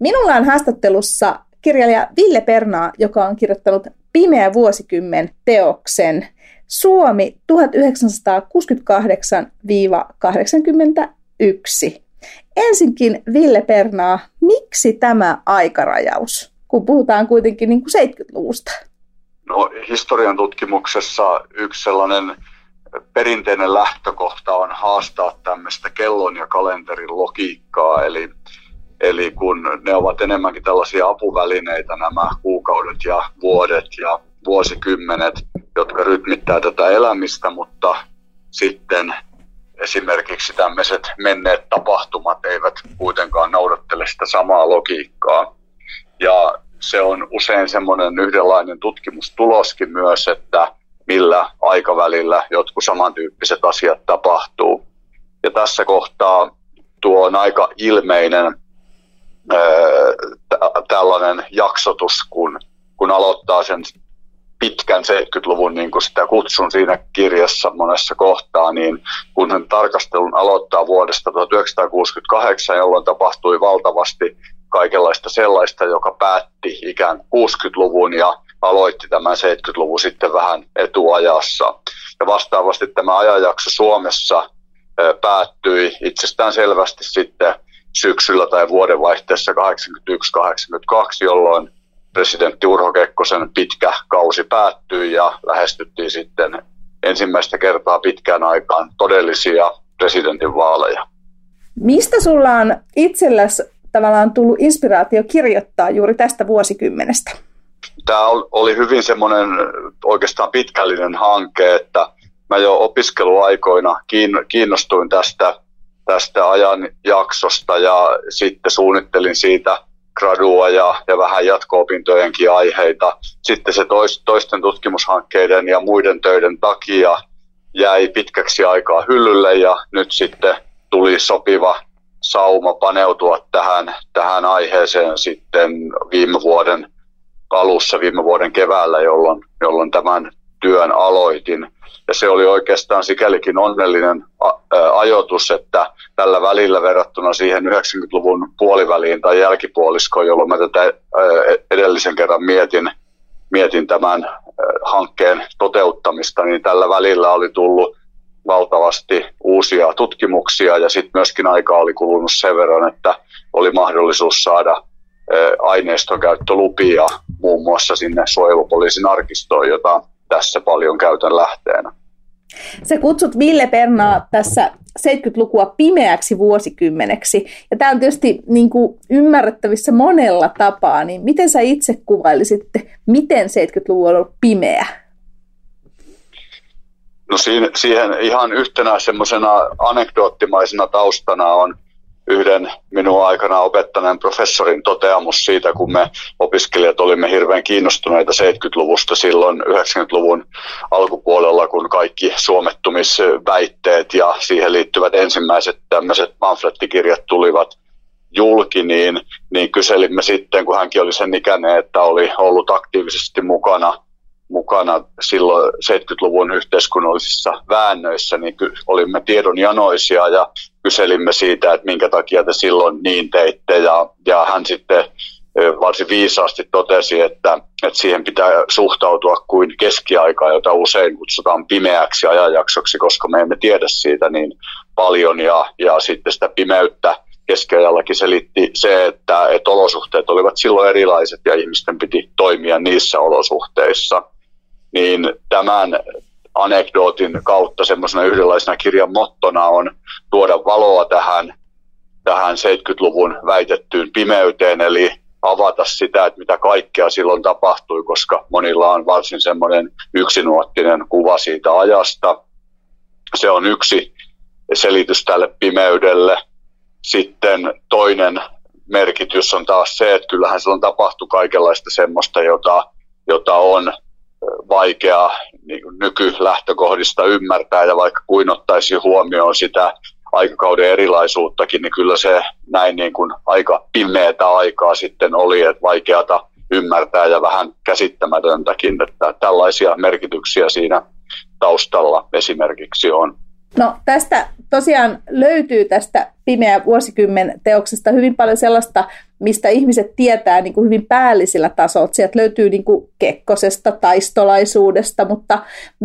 Minulla on haastattelussa kirjailija Ville Pernaa, joka on kirjoittanut Pimeä vuosikymmen -teoksen Suomi 1968–81. Ensinkin Ville Pernaa, miksi tämä aikarajaus, kun puhutaan kuitenkin niin kuin 70-luvusta? No, historian tutkimuksessa yksi sellainen perinteinen lähtökohta on haastaa tämmöistä kellon ja kalenterin logiikkaa, eli kun ne ovat enemmänkin tällaisia apuvälineitä, nämä kuukaudet ja vuodet ja vuosikymmenet, jotka rytmittää tätä elämistä, mutta sitten esimerkiksi tämmöiset menneet tapahtumat eivät kuitenkaan noudattele sitä samaa logiikkaa. Ja se on usein semmoinen yhdenlainen tutkimustuloskin myös, että millä aikavälillä jotkut samantyyppiset asiat tapahtuu. Ja tässä kohtaa tuo on aika ilmeinen tällainen jaksotus, kun aloittaa sen pitkän 70-luvun, niin kuin sitä kutsun siinä kirjassa monessa kohtaa, niin kun hän tarkastelun aloittaa vuodesta 1968, jolloin tapahtui valtavasti kaikenlaista sellaista, joka päätti ikään 60-luvun ja aloitti tämän 70-luvun sitten vähän etuajassa. Ja vastaavasti tämä ajanjakso Suomessa päättyi itsestään selvästi sitten syksyllä tai vuodenvaihteessa 81-82, jolloin presidentti Urho Kekkosen pitkä kausi päättyi ja lähestyttiin sitten ensimmäistä kertaa pitkään aikaan todellisia presidentinvaaleja. Mistä sulla on itselläsi tavallaan tullut inspiraatio kirjoittaa juuri tästä vuosikymmenestä? Tämä oli hyvin semmoinen oikeastaan pitkällinen hanke, että mä jo opiskeluaikoina kiinnostuin tästä ajanjaksosta ja sitten suunnittelin siitä gradua ja vähän jatko-opintojenkin aiheita. Sitten se toisten tutkimushankkeiden ja muiden töiden takia jäi pitkäksi aikaa hyllylle ja nyt sitten tuli sopiva sauma paneutua tähän aiheeseen sitten viime vuoden alussa, viime vuoden keväällä, jolloin tämän työn aloitin. Ja se oli oikeastaan sikälikin onnellinen ajoitus, että tällä välillä verrattuna siihen 90-luvun puoliväliin tai jälkipuoliskoon, jolloin mä tätä edellisen kerran mietin tämän hankkeen toteuttamista, niin tällä välillä oli tullut valtavasti uusia tutkimuksia ja sitten myöskin aikaa oli kulunut sen verran, että oli mahdollisuus saada aineistonkäyttölupia muun muassa sinne suojelupoliisin arkistoon, jota tässä paljon käytän lähteenä. Sä kutsut Ville Pernaa tässä 70-lukua pimeäksi vuosikymmeneksi, ja tämä on tietysti niin kuin ymmärrettävissä monella tapaa, niin miten sä itse kuvailisit, miten 70-luvun on ollut pimeä? No siihen ihan yhtenä semmoisena anekdoottimaisena taustana on yhden minun aikana opettaneen professorin toteamus siitä, kun me opiskelijat olimme hirveän kiinnostuneita 70-luvusta silloin 90-luvun alkupuolella, kun kaikki suomettumisväitteet ja siihen liittyvät ensimmäiset tämmöiset pamflettikirjat tulivat julki, niin kyselimme sitten, kun hänkin oli sen ikäinen, että oli ollut aktiivisesti mukana silloin 70-luvun yhteiskunnallisissa väännöissä, niin olimme tiedonjanoisia ja kyselimme siitä, että minkä takia te silloin niin teitte. Ja hän sitten varsin viisaasti totesi, että siihen pitää suhtautua kuin keskiaikaa, jota usein kutsutaan pimeäksi ajanjaksoksi, koska me emme tiedä siitä niin paljon. Ja sitten sitä pimeyttä keskiajallakin selitti se, että olosuhteet olivat silloin erilaiset ja ihmisten piti toimia niissä olosuhteissa. Niin tämän anekdootin kautta semmoisena yhdenlaisena kirjan mottona on tuoda valoa tähän 70-luvun väitettyyn pimeyteen, eli avata sitä, että mitä kaikkea silloin tapahtui, koska monilla on varsin semmoinen yksinuottinen kuva siitä ajasta. Se on yksi selitys tälle pimeydelle. Sitten toinen merkitys on taas se, että kyllähän silloin tapahtui kaikenlaista semmoista, jota on vaikea niin nykylähtökohdista ymmärtää, ja vaikka kuin ottaisi huomioon sitä aikakauden erilaisuuttakin, niin kyllä se näin niin kuin aika pimeätä aikaa sitten oli, että vaikeata ymmärtää ja vähän käsittämätöntäkin, että tällaisia merkityksiä siinä taustalla esimerkiksi on. No tästä tosiaan löytyy tästä Pimeä vuosikymmen -teoksesta hyvin paljon sellaista, mistä ihmiset tietää niin kuin hyvin päällisillä tasoilla. Sieltä löytyy niin kuin Kekkosesta, taistolaisuudesta, mutta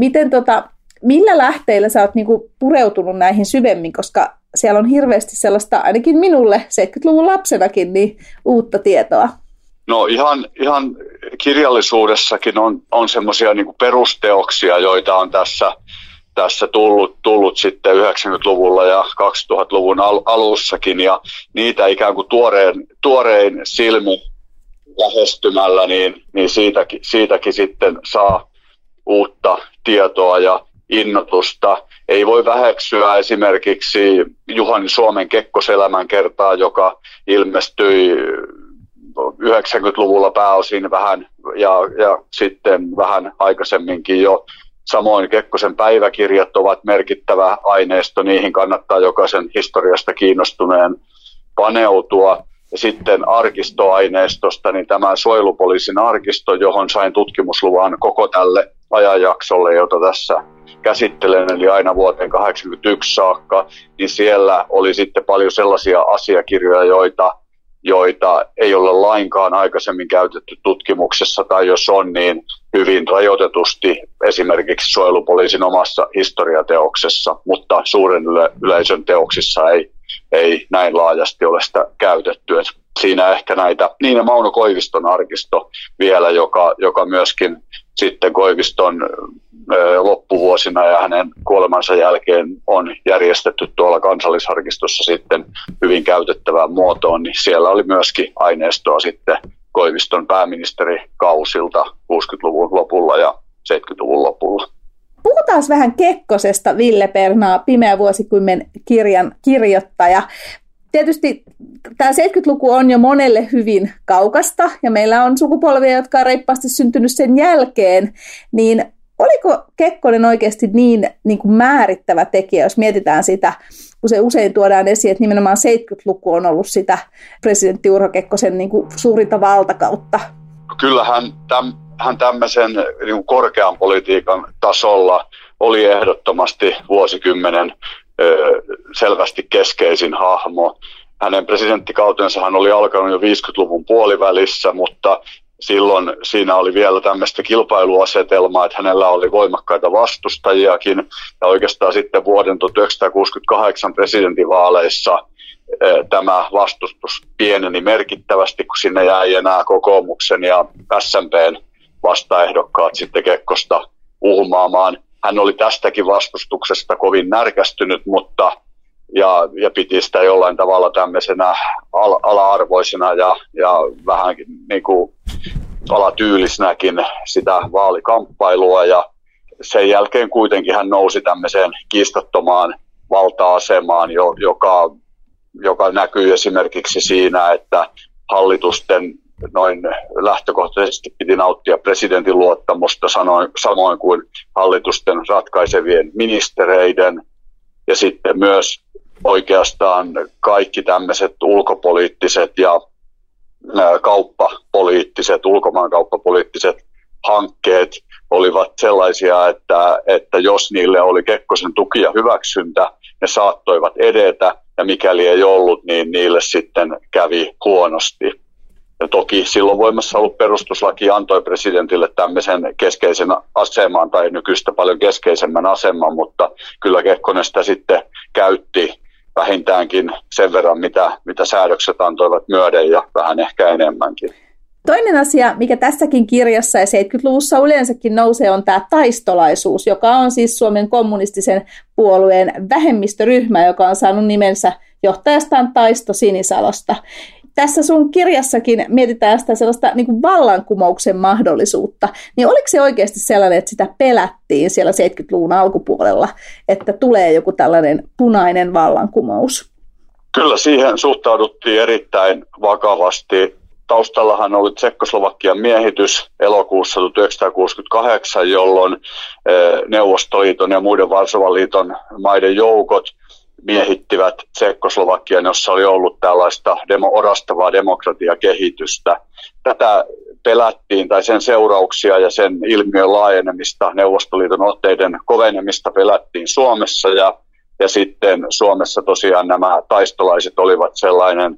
millä lähteillä sä oot niin kuin pureutunut näihin syvemmin, koska siellä on hirveästi sellaista, ainakin minulle 70-luvun lapsenakin, niin uutta tietoa. No ihan kirjallisuudessakin on semmoisia niin kuin perusteoksia, joita on tässä tullut sitten 90-luvulla ja 2000-luvun alussakin, ja niitä ikään kuin tuorein silmin lähestymällä, niin siitäkin sitten saa uutta tietoa ja innotusta. Ei voi väheksyä esimerkiksi Juhani Suomen Kekkoselämänkertaa, joka ilmestyi 90-luvulla pääosin vähän ja sitten vähän aikaisemminkin jo. Samoin Kekkosen päiväkirjat ovat merkittävä aineisto, niihin kannattaa jokaisen historiasta kiinnostuneen paneutua. Ja sitten arkistoaineistosta, niin tämä suojelupoliisin arkisto, johon sain tutkimusluvan koko tälle ajanjaksolle, jota tässä käsittelen, eli aina vuoteen 1981 saakka, niin siellä oli sitten paljon sellaisia asiakirjoja, joita ei ole lainkaan aikaisemmin käytetty tutkimuksessa, tai jos on, niin hyvin rajoitetusti esimerkiksi suojelupoliisin omassa historiateoksessa, mutta suuren yleisön teoksissa ei näin laajasti ole sitä käytetty. Et siinä ehkä Niina Mauno Koiviston arkisto vielä, joka myöskin sitten Koiviston loppuvuosina ja hänen kuolemansa jälkeen on järjestetty tuolla Kansallisarkistossa sitten hyvin käytettävään muotoon, niin siellä oli myöskin aineistoa sitten Koiviston pääministerikausilta 60-luvun lopulla ja 70-luvun lopulla. Puhutaan vähän Kekkosesta, Ville Pernaa, Pimeä vuosikymmen kirjan kirjoittaja. Tietysti tämä 70-luku on jo monelle hyvin kaukasta, ja meillä on sukupolvia, jotka on reippaasti syntynyt sen jälkeen, niin oliko Kekkonen oikeasti niin kuin määrittävä tekijä, jos mietitään sitä, kun se usein tuodaan esiin, että nimenomaan 70-luku on ollut sitä presidentti Urho Kekkosen niin kuin suurinta valtakautta? Kyllähän hän tämmöisen niin kuin korkean politiikan tasolla oli ehdottomasti vuosikymmenen selvästi keskeisin hahmo. Hänen presidenttikautensahan oli alkanut jo 50-luvun puolivälissä, mutta silloin siinä oli vielä tämmöistä kilpailuasetelmaa, että hänellä oli voimakkaita vastustajiakin. Ja oikeastaan sitten vuoden 1968 presidentinvaaleissa tämä vastustus pieneni merkittävästi, kun sinne jäi enää kokoomuksen ja SMP:n vastaehdokkaat sitten Kekkosta uhmaamaan. Hän oli tästäkin vastustuksesta kovin närkästynyt, mutta ja piti sitä jollain tavalla tämmöisenä ala-arvoisena ja vähän niin kuin alatyylisenäkin sitä vaalikamppailua. Ja sen jälkeen kuitenkin hän nousi tämmöiseen kiistattomaan valta-asemaan, joka näkyy esimerkiksi siinä, että hallitusten noin lähtökohtaisesti piti nauttia presidentin luottamusta, samoin kuin hallitusten ratkaisevien ministereiden, ja sitten myös oikeastaan kaikki tämmöiset ulkopoliittiset ja ulkomaankauppapoliittiset hankkeet olivat sellaisia, että jos niille oli Kekkosen tuki ja hyväksyntä, ne saattoivat edetä, ja mikäli ei ollut, niin niille sitten kävi huonosti. Ja toki silloin voimassa ollut perustuslaki antoi presidentille tämmöisen keskeisen aseman tai nykyistä paljon keskeisemmän aseman, mutta kyllä Kekkonen sitä sitten käytti vähintäänkin sen verran, mitä säädökset antoivat myöden ja vähän ehkä enemmänkin. Toinen asia, mikä tässäkin kirjassa ja 70-luvussa yleensäkin nousee, on tämä taistolaisuus, joka on siis Suomen kommunistisen puolueen vähemmistöryhmä, joka on saanut nimensä johtajastaan Taisto Sinisalosta. Tässä sun kirjassakin mietitään sitä sellaista niin kuin vallankumouksen mahdollisuutta. Niin oliko se oikeasti sellainen, että sitä pelättiin siellä 70-luvun alkupuolella, että tulee joku tällainen punainen vallankumous? Kyllä siihen suhtauduttiin erittäin vakavasti. Taustallahan oli Tsekkoslovakian miehitys elokuussa 1968, jolloin Neuvostoliiton ja muiden Varsovan liiton maiden joukot miehittivät Tsekkoslovakian, jossa oli ollut tällaista orastavaa demokratiakehitystä. Tätä pelättiin, tai sen seurauksia ja sen ilmiön laajenemista, Neuvostoliiton otteiden kovenemista pelättiin Suomessa, ja sitten Suomessa tosiaan nämä taistolaiset olivat sellainen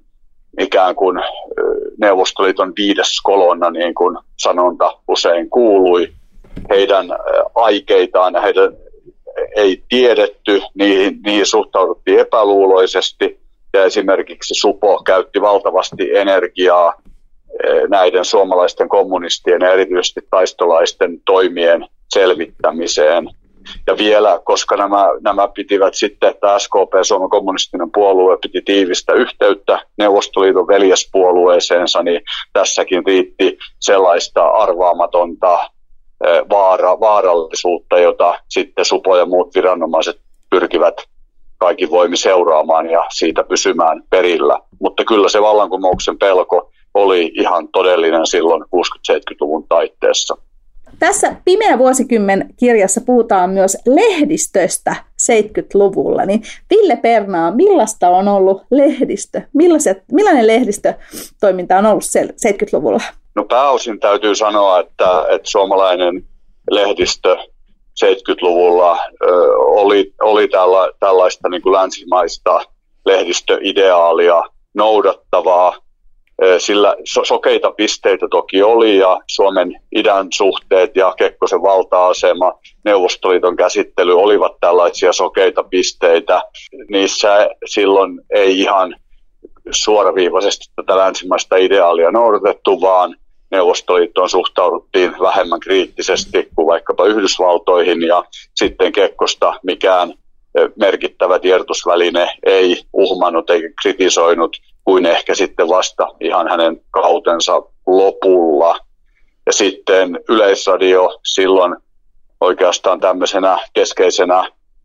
ikään kuin Neuvostoliiton 5. kolonna, niin kuin sanonta usein kuului. Heidän aikeitaan heidän ei tiedetty, niihin suhtauduttiin epäluuloisesti, ja esimerkiksi Supo käytti valtavasti energiaa näiden suomalaisten kommunistien ja erityisesti taistolaisten toimien selvittämiseen. Ja vielä, koska nämä pitivät sitten, että SKP, Suomen kommunistinen puolue, piti tiivistä yhteyttä Neuvostoliiton veljespuolueeseensa, niin tässäkin riitti sellaista arvaamatonta vaarallisuutta, jota sitten Supo ja muut viranomaiset pyrkivät kaikin voimin seuraamaan ja siitä pysymään perillä. Mutta kyllä se vallankumouksen pelko oli ihan todellinen silloin 60-70-luvun taitteessa. Tässä Pimeä vuosikymmen -kirjassa puhutaan myös lehdistöstä 70-luvulla. Niin Ville Pernaa, millaista on ollut lehdistö? Millainen lehdistötoiminta on ollut 70-luvulla? No pääosin täytyy sanoa, että suomalainen lehdistö 70-luvulla oli tällaista niin kuin länsimaista lehdistöideaalia noudattavaa. Sillä sokeita pisteitä toki oli, ja Suomen idän suhteet ja Kekkosen valta-asema, Neuvostoliiton käsittely olivat tällaisia sokeita pisteitä. Niissä silloin ei ihan suoraviivaisesti tätä länsimaista ideaalia noudatettu, vaan Neuvostoliittoon suhtauduttiin vähemmän kriittisesti kuin vaikkapa Yhdysvaltoihin, ja sitten Kekkosta mikään merkittävä tiedotusväline ei uhmannut eikä kritisoinut kuin ehkä sitten vasta ihan hänen kautensa lopulla. Ja sitten Yleisradio silloin oikeastaan tämmöisenä keskeisenä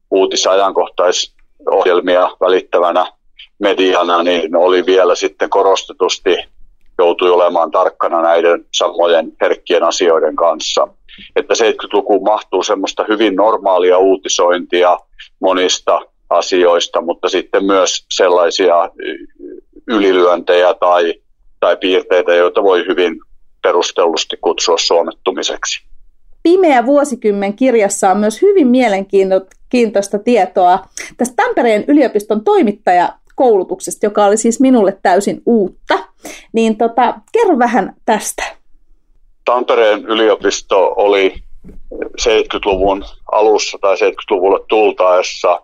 uutisajankohtaisohjelmia välittävänä mediana, niin oli vielä sitten korostetusti, joutui olemaan tarkkana näiden samojen herkkien asioiden kanssa. Että 70-lukuun mahtuu semmoista hyvin normaalia uutisointia monista asioista, mutta sitten myös sellaisia ylilyöntejä tai piirteitä, joita voi hyvin perustellusti kutsua suomettumiseksi. Pimeä vuosikymmen -kirjassa on myös hyvin mielenkiintoista tietoa tästä Tampereen yliopiston toimittajakoulutuksesta, joka oli siis minulle täysin uutta. Niin kerro vähän tästä. Tampereen yliopisto oli 70-luvun alussa tai 70-luvulle tultaessa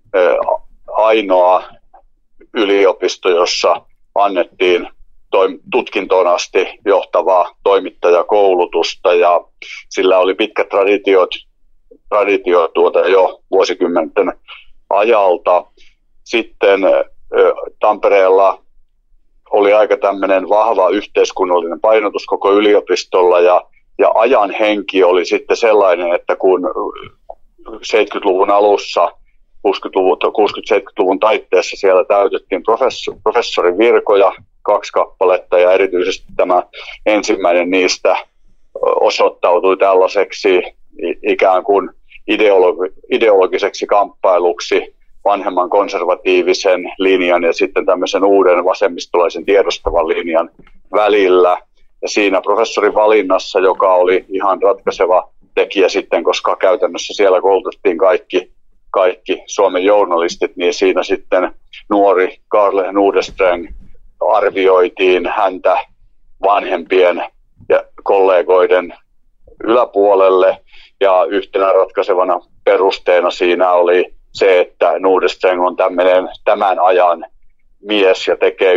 ainoa yliopisto, jossa annettiin tutkintoon asti johtavaa toimittajakoulutusta, ja sillä oli pitkät traditiot jo vuosikymmenten ajalta. Sitten Tampereella oli aika tämmöinen vahva yhteiskunnallinen painotus koko yliopistolla, ja ajan henki oli sitten sellainen, että kun 70-luvun alussa 60-70-luvun taitteessa siellä täytettiin professorin virkoja 2 kappaletta, ja erityisesti tämä ensimmäinen niistä osoittautui tällaiseksi ikään kuin ideologiseksi kamppailuksi vanhemman konservatiivisen linjan ja sitten tämmöisen uuden vasemmistolaisen tiedostavan linjan välillä. Ja siinä professorin valinnassa, joka oli ihan ratkaiseva tekijä sitten, koska käytännössä siellä koulutettiin kaikki Suomen journalistit, niin siinä sitten nuori Karle Nordenström arvioitiin häntä vanhempien ja kollegoiden yläpuolelle, ja yhtenä ratkaisevana perusteena siinä oli se, että Nordenström on tämän ajan mies ja tekee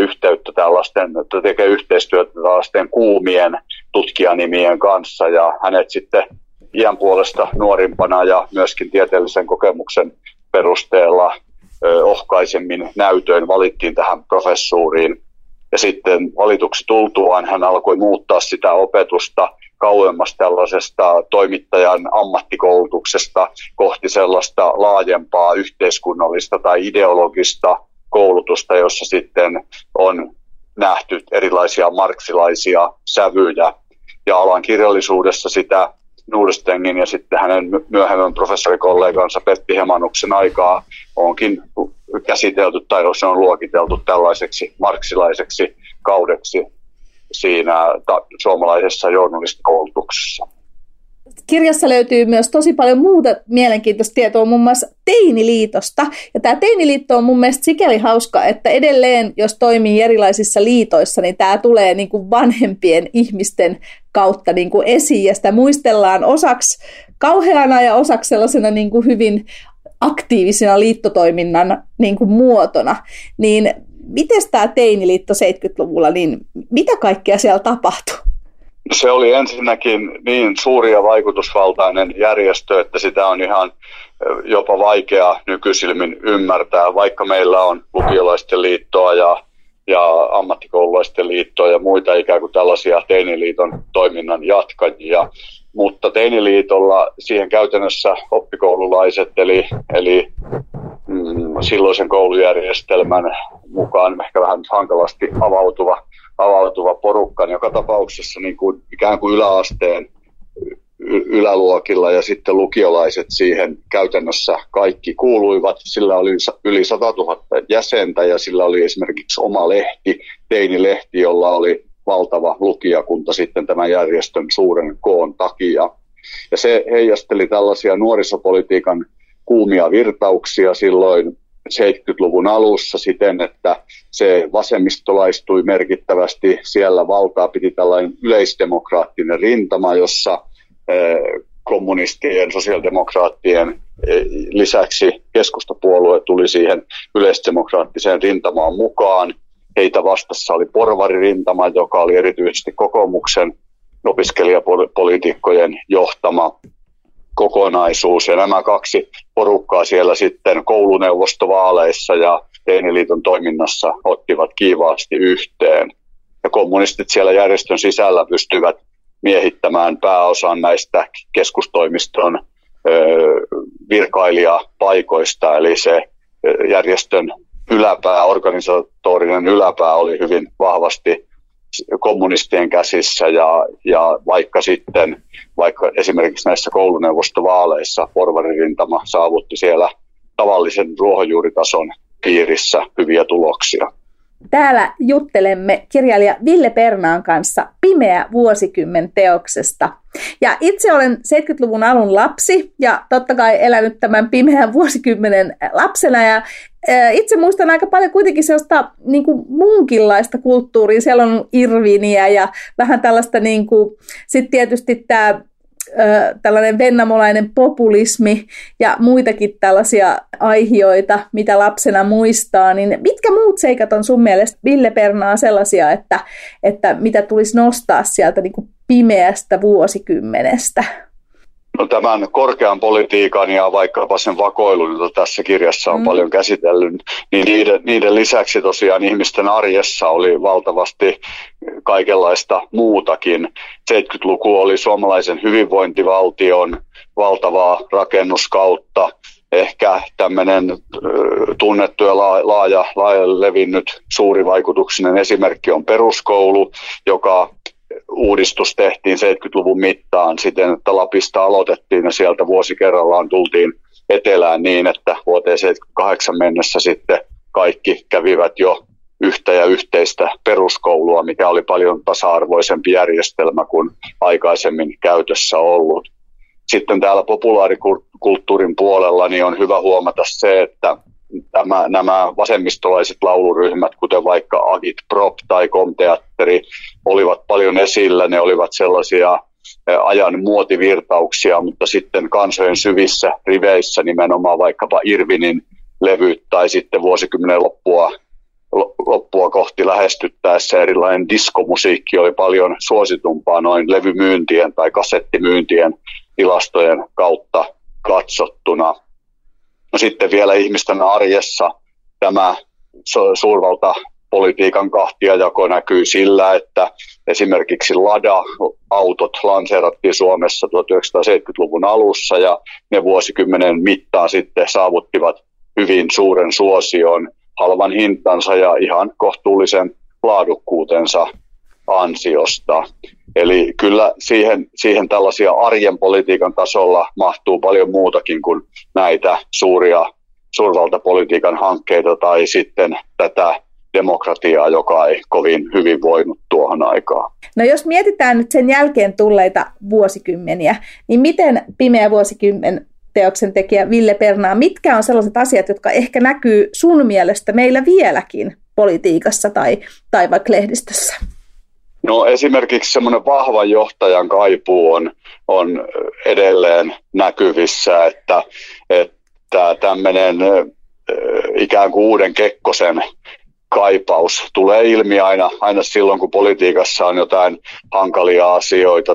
yhteistyötä tällaisten kuumien tutkijanimien kanssa, ja hänet sitten iän puolesta nuorimpana ja myöskin tieteellisen kokemuksen perusteella ohkaisemmin näytöin valittiin tähän professuuriin. Ja sitten valituksi tultuaan hän alkoi muuttaa sitä opetusta kauemmas tällaisesta toimittajan ammattikoulutuksesta kohti sellaista laajempaa yhteiskunnallista tai ideologista koulutusta, jossa sitten on nähty erilaisia marksilaisia sävyjä. Ja alan kirjallisuudessa sitä Nordenströmin ja sitten hänen myöhemmän professorikollegansa Petti Hemanuksen aikaa onkin käsitelty tai se on luokiteltu tällaiseksi marksilaiseksi kaudeksi siinä suomalaisessa journalistikoulutuksessa. kirjassa löytyy myös tosi paljon muuta mielenkiintoista tietoa, muun muassa Teiniliitosta. Ja tämä Teiniliitto on mun mielestä sikäli hauska, että edelleen, jos toimii erilaisissa liitoissa, niin tämä tulee niin kuin vanhempien ihmisten kautta niin kuin esiin, ja sitä muistellaan osaksi kauheana ja osaksi sellaisena niin kuin hyvin aktiivisena liittotoiminnan niin kuin muotona. Niin miten tämä Teiniliitto 70-luvulla, niin mitä kaikkea siellä tapahtui? Se oli ensinnäkin niin suuri ja vaikutusvaltainen järjestö, että sitä on ihan jopa vaikea nykyisilmin ymmärtää, vaikka meillä on lukiolaisten liittoa ja ammattikoululaisten liittoa ja muita ikään kuin tällaisia Teiniliiton toiminnan jatkajia. Mutta Teiniliitolla siihen käytännössä oppikoululaiset, eli silloisen koulujärjestelmän mukaan ehkä vähän hankalasti avautuva porukka, niin joka tapauksessa niin kuin ikään kuin yläasteen yläluokilla ja sitten lukiolaiset siihen käytännössä kaikki kuuluivat. Sillä oli yli 100 000 jäsentä ja sillä oli esimerkiksi oma lehti, Teinilehti, jolla oli valtava lukijakunta sitten tämän järjestön suuren koon takia. Ja se heijasteli tällaisia nuorisopolitiikan kuumia virtauksia silloin 70-luvun alussa siten, että se vasemmistolaistui merkittävästi. Siellä valtaa piti tällainen yleisdemokraattinen rintama, jossa kommunistien, sosiaalidemokraattien lisäksi keskustapuolue tuli siihen yleisdemokraattiseen rintamaan mukaan. Heitä vastassa oli porvaririntama, joka oli erityisesti kokoomuksen opiskelijapoliitikkojen johtama kokonaisuus. Ja nämä kaksi porukkaa siellä sitten kouluneuvostovaaleissa ja Teiniliiton toiminnassa ottivat kiivaasti yhteen. Ja kommunistit siellä järjestön sisällä pystyvät miehittämään pääosan näistä keskustoimiston virkailijapaikoista, eli se järjestön yläpää, organisatorinen yläpää oli hyvin vahvasti kommunistien käsissä ja vaikka esimerkiksi näissä kouluneuvostovaaleissa porvaririntama saavutti siellä tavallisen ruohonjuuritason piirissä hyviä tuloksia. Täällä juttelemme kirjailija Ville Pernaan kanssa Pimeä vuosikymmen -teoksesta. Ja itse olen 70-luvun alun lapsi ja totta kai elänyt tämän pimeän vuosikymmenen lapsena. Ja itse muistan aika paljon kuitenkin sellaista niin kuin muunkinlaista kulttuuria. Siellä on Irviniä ja vähän tällaista, niin kuin, sitten tietysti tämä tällainen vennamolainen populismi ja muitakin tällaisia aihioita, mitä lapsena muistaa, niin mitkä muut seikat on sun mielestä, Ville Pernaa, sellaisia, että mitä tulisi nostaa sieltä niin kuin pimeästä vuosikymmenestä? No, tämän korkean politiikan ja vaikkapa sen vakoilun, jota tässä kirjassa on paljon käsitellyt, niin niiden lisäksi tosiaan ihmisten arjessa oli valtavasti kaikenlaista muutakin. 70-luku oli suomalaisen hyvinvointivaltion valtavaa rakennuskautta. Ehkä tämmöinen tunnettu ja laaja levinnyt suuri vaikutuksinen esimerkki on peruskoulu, joka uudistus tehtiin 70-luvun mittaan siten, että Lapista aloitettiin ja sieltä vuosi kerrallaan tultiin etelään niin, että vuoteen 78 mennessä sitten kaikki kävivät jo yhtä ja yhteistä peruskoulua, mikä oli paljon tasa-arvoisempi järjestelmä kuin aikaisemmin käytössä ollut. Sitten täällä populaarikulttuurin puolella niin on hyvä huomata se, että nämä vasemmistolaiset lauluryhmät, kuten vaikka Agit Prop tai Komteatteri, olivat paljon esillä. Ne olivat sellaisia ajan muotivirtauksia, mutta sitten kansojen syvissä riveissä nimenomaan vaikkapa Irvinin levyt tai sitten vuosikymmenen loppua kohti lähestyttäessä erilainen diskomusiikki oli paljon suositumpaa noin levymyyntien tai kasettimyyntien tilastojen kautta katsottuna. No sitten vielä ihmisten arjessa tämä suurvaltapolitiikan kahtiajako näkyy sillä, että esimerkiksi Lada-autot lanseerattiin Suomessa 1970-luvun alussa ja ne vuosikymmenen mittaan sitten saavuttivat hyvin suuren suosion halvan hintansa ja ihan kohtuullisen laadukkuutensa ansiosta. Eli kyllä siihen tällaisia arjen politiikan tasolla mahtuu paljon muutakin kuin näitä suuria suurvaltapolitiikan hankkeita tai sitten tätä demokratiaa, joka ei kovin hyvin voinut tuohon aikaan. No jos mietitään nyt sen jälkeen tulleita vuosikymmeniä, niin miten Pimeä vuosikymmen teoksen tekijä Ville Pernaa, mitkä on sellaiset asiat, jotka ehkä näkyy sun mielestä meillä vieläkin politiikassa tai vaikka lehdistössä? No esimerkiksi semmoinen vahvan johtajan kaipuu on edelleen näkyvissä, että tämmöinen ikään kuin uuden Kekkosen kaipaus tulee ilmi aina silloin, kun politiikassa on jotain hankalia asioita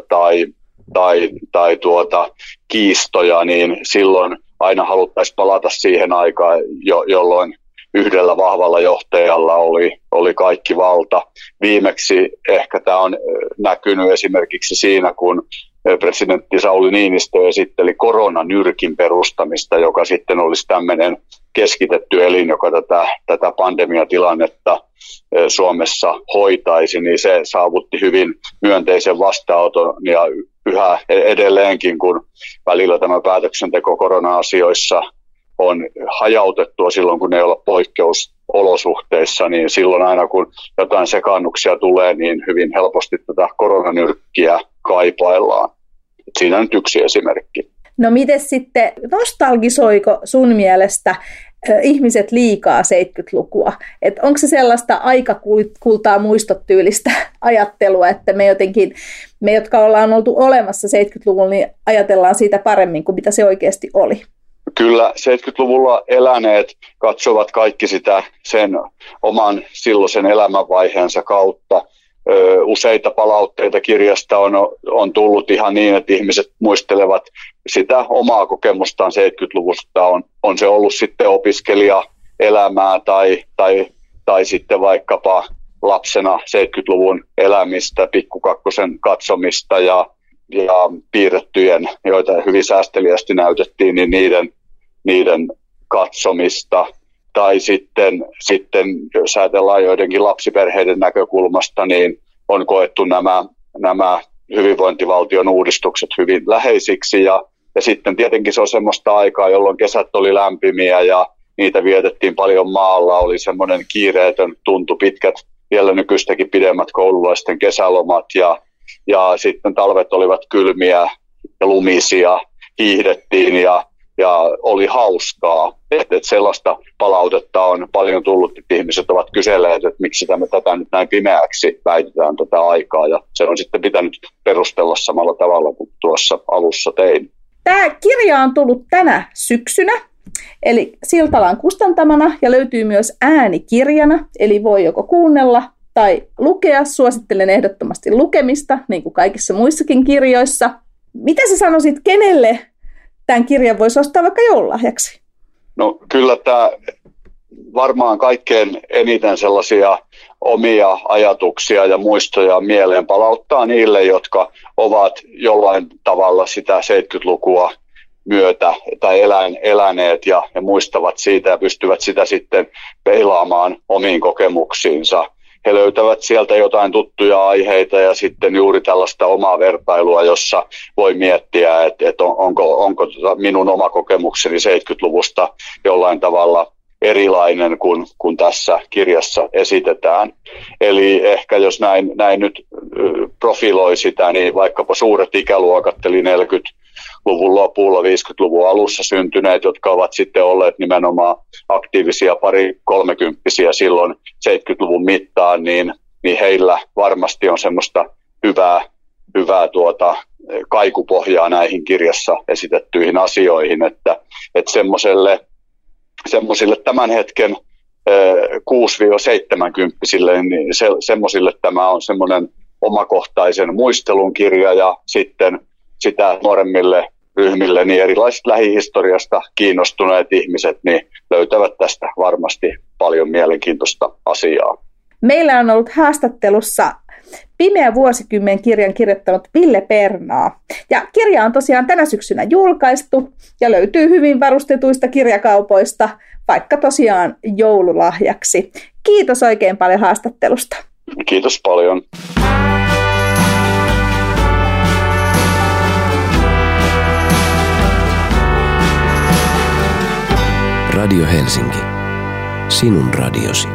tai kiistoja, niin silloin aina haluttaisiin palata siihen aikaan, jolloin yhdellä vahvalla johtajalla oli kaikki valta. Viimeksi ehkä tämä on näkynyt esimerkiksi siinä, kun presidentti Sauli Niinistö esitteli koronanyrkin perustamista, joka sitten olisi tämmöinen keskitetty elin, joka tätä pandemiatilannetta Suomessa hoitaisi, niin se saavutti hyvin myönteisen vastaanoton ja yhä edelleenkin, kun välillä tämä päätöksenteko korona-asioissa on hajautettua silloin, kun ei olla poikkeusolosuhteissa, niin silloin aina kun jotain sekaannuksia tulee, niin hyvin helposti tätä koronanyrkkiä kaipaillaan. Siinä on nyt yksi esimerkki. No miten sitten, nostalgisoiko sun mielestä ihmiset liikaa 70-lukua? Et onko se sellaista aikakultaa muistotyylistä ajattelua, että me jotka ollaan oltu olemassa 70-luvulla, niin ajatellaan siitä paremmin kuin mitä se oikeasti oli? Kyllä 70-luvulla eläneet katsovat kaikki sitä sen oman silloisen elämänvaiheensa kautta. Useita palautteita kirjasta on tullut ihan niin, että ihmiset muistelevat sitä omaa kokemustaan 70-luvusta. On se ollut sitten opiskelijaelämää tai sitten vaikkapa lapsena 70-luvun elämistä, Pikkukakkosen katsomista ja piirrettyjen, joita hyvin säästeliästi näytettiin, niin niiden katsomista. Tai sitten jos ajatellaan joidenkin lapsiperheiden näkökulmasta, niin on koettu nämä hyvinvointivaltion uudistukset hyvin läheisiksi. Ja sitten tietenkin se on semmoista aikaa, jolloin kesät oli lämpimiä ja niitä vietettiin paljon maalla. Oli semmoinen kiireetön tuntu, pitkät, vielä nykyistäkin pidemmät koululaisten kesälomat ja sitten talvet olivat kylmiä ja lumisia, hiihdettiin ja oli hauskaa. Että sellaista palautetta on paljon tullut, että ihmiset ovat kyselleet, että miksi tätä nyt näin pimeäksi väitetään tätä aikaa. Ja se on sitten pitänyt perustella samalla tavalla kuin tuossa alussa tein. Tämä kirja on tullut tänä syksynä, eli Siltalan kustantamana ja löytyy myös äänikirjana, eli voi joko kuunnella tai lukea. Suosittelen ehdottomasti lukemista, niin kuin kaikissa muissakin kirjoissa. Mitä sä sanoisit, kenelle tämän kirjan voisi ostaa vaikka joululahjaksi? No kyllä tämä varmaan kaikkein eniten sellaisia omia ajatuksia ja muistoja mieleen palauttaa niille, jotka ovat jollain tavalla sitä 70-lukua myötä tai eläneet ja muistavat siitä ja pystyvät sitä sitten peilaamaan omiin kokemuksiinsa. He löytävät sieltä jotain tuttuja aiheita ja sitten juuri tällaista omaa vertailua, jossa voi miettiä, että onko minun oma kokemukseni 70-luvusta jollain tavalla erilainen kuin tässä kirjassa esitetään. Eli ehkä jos näin nyt profiloi sitä, niin vaikkapa suuret ikäluokat, eli 40-luvun lopulla, 50-luvun alussa syntyneet, jotka ovat sitten olleet nimenomaan aktiivisia pari-kolmekymppisiä silloin 70-luvun mittaan, niin heillä varmasti on semmoista hyvää kaikupohjaa näihin kirjassa esitettyihin asioihin, että semmoisille tämän hetken 6-70-kymppisille, niin semmoisille tämä on semmoinen omakohtaisen muistelun kirja ja sitten sitä nuoremmille ryhmille, niin erilaiset lähihistoriasta kiinnostuneet ihmiset niin löytävät tästä varmasti paljon mielenkiintoista asiaa. Meillä on ollut haastattelussa Pimeä vuosikymmen kirjan kirjoittanut Ville Pernaa. Ja kirja on tosiaan tänä syksynä julkaistu ja löytyy hyvin varustetuista kirjakaupoista, vaikka tosiaan joululahjaksi. Kiitos oikein paljon haastattelusta. Kiitos paljon. Radio Helsinki. Sinun radiosi.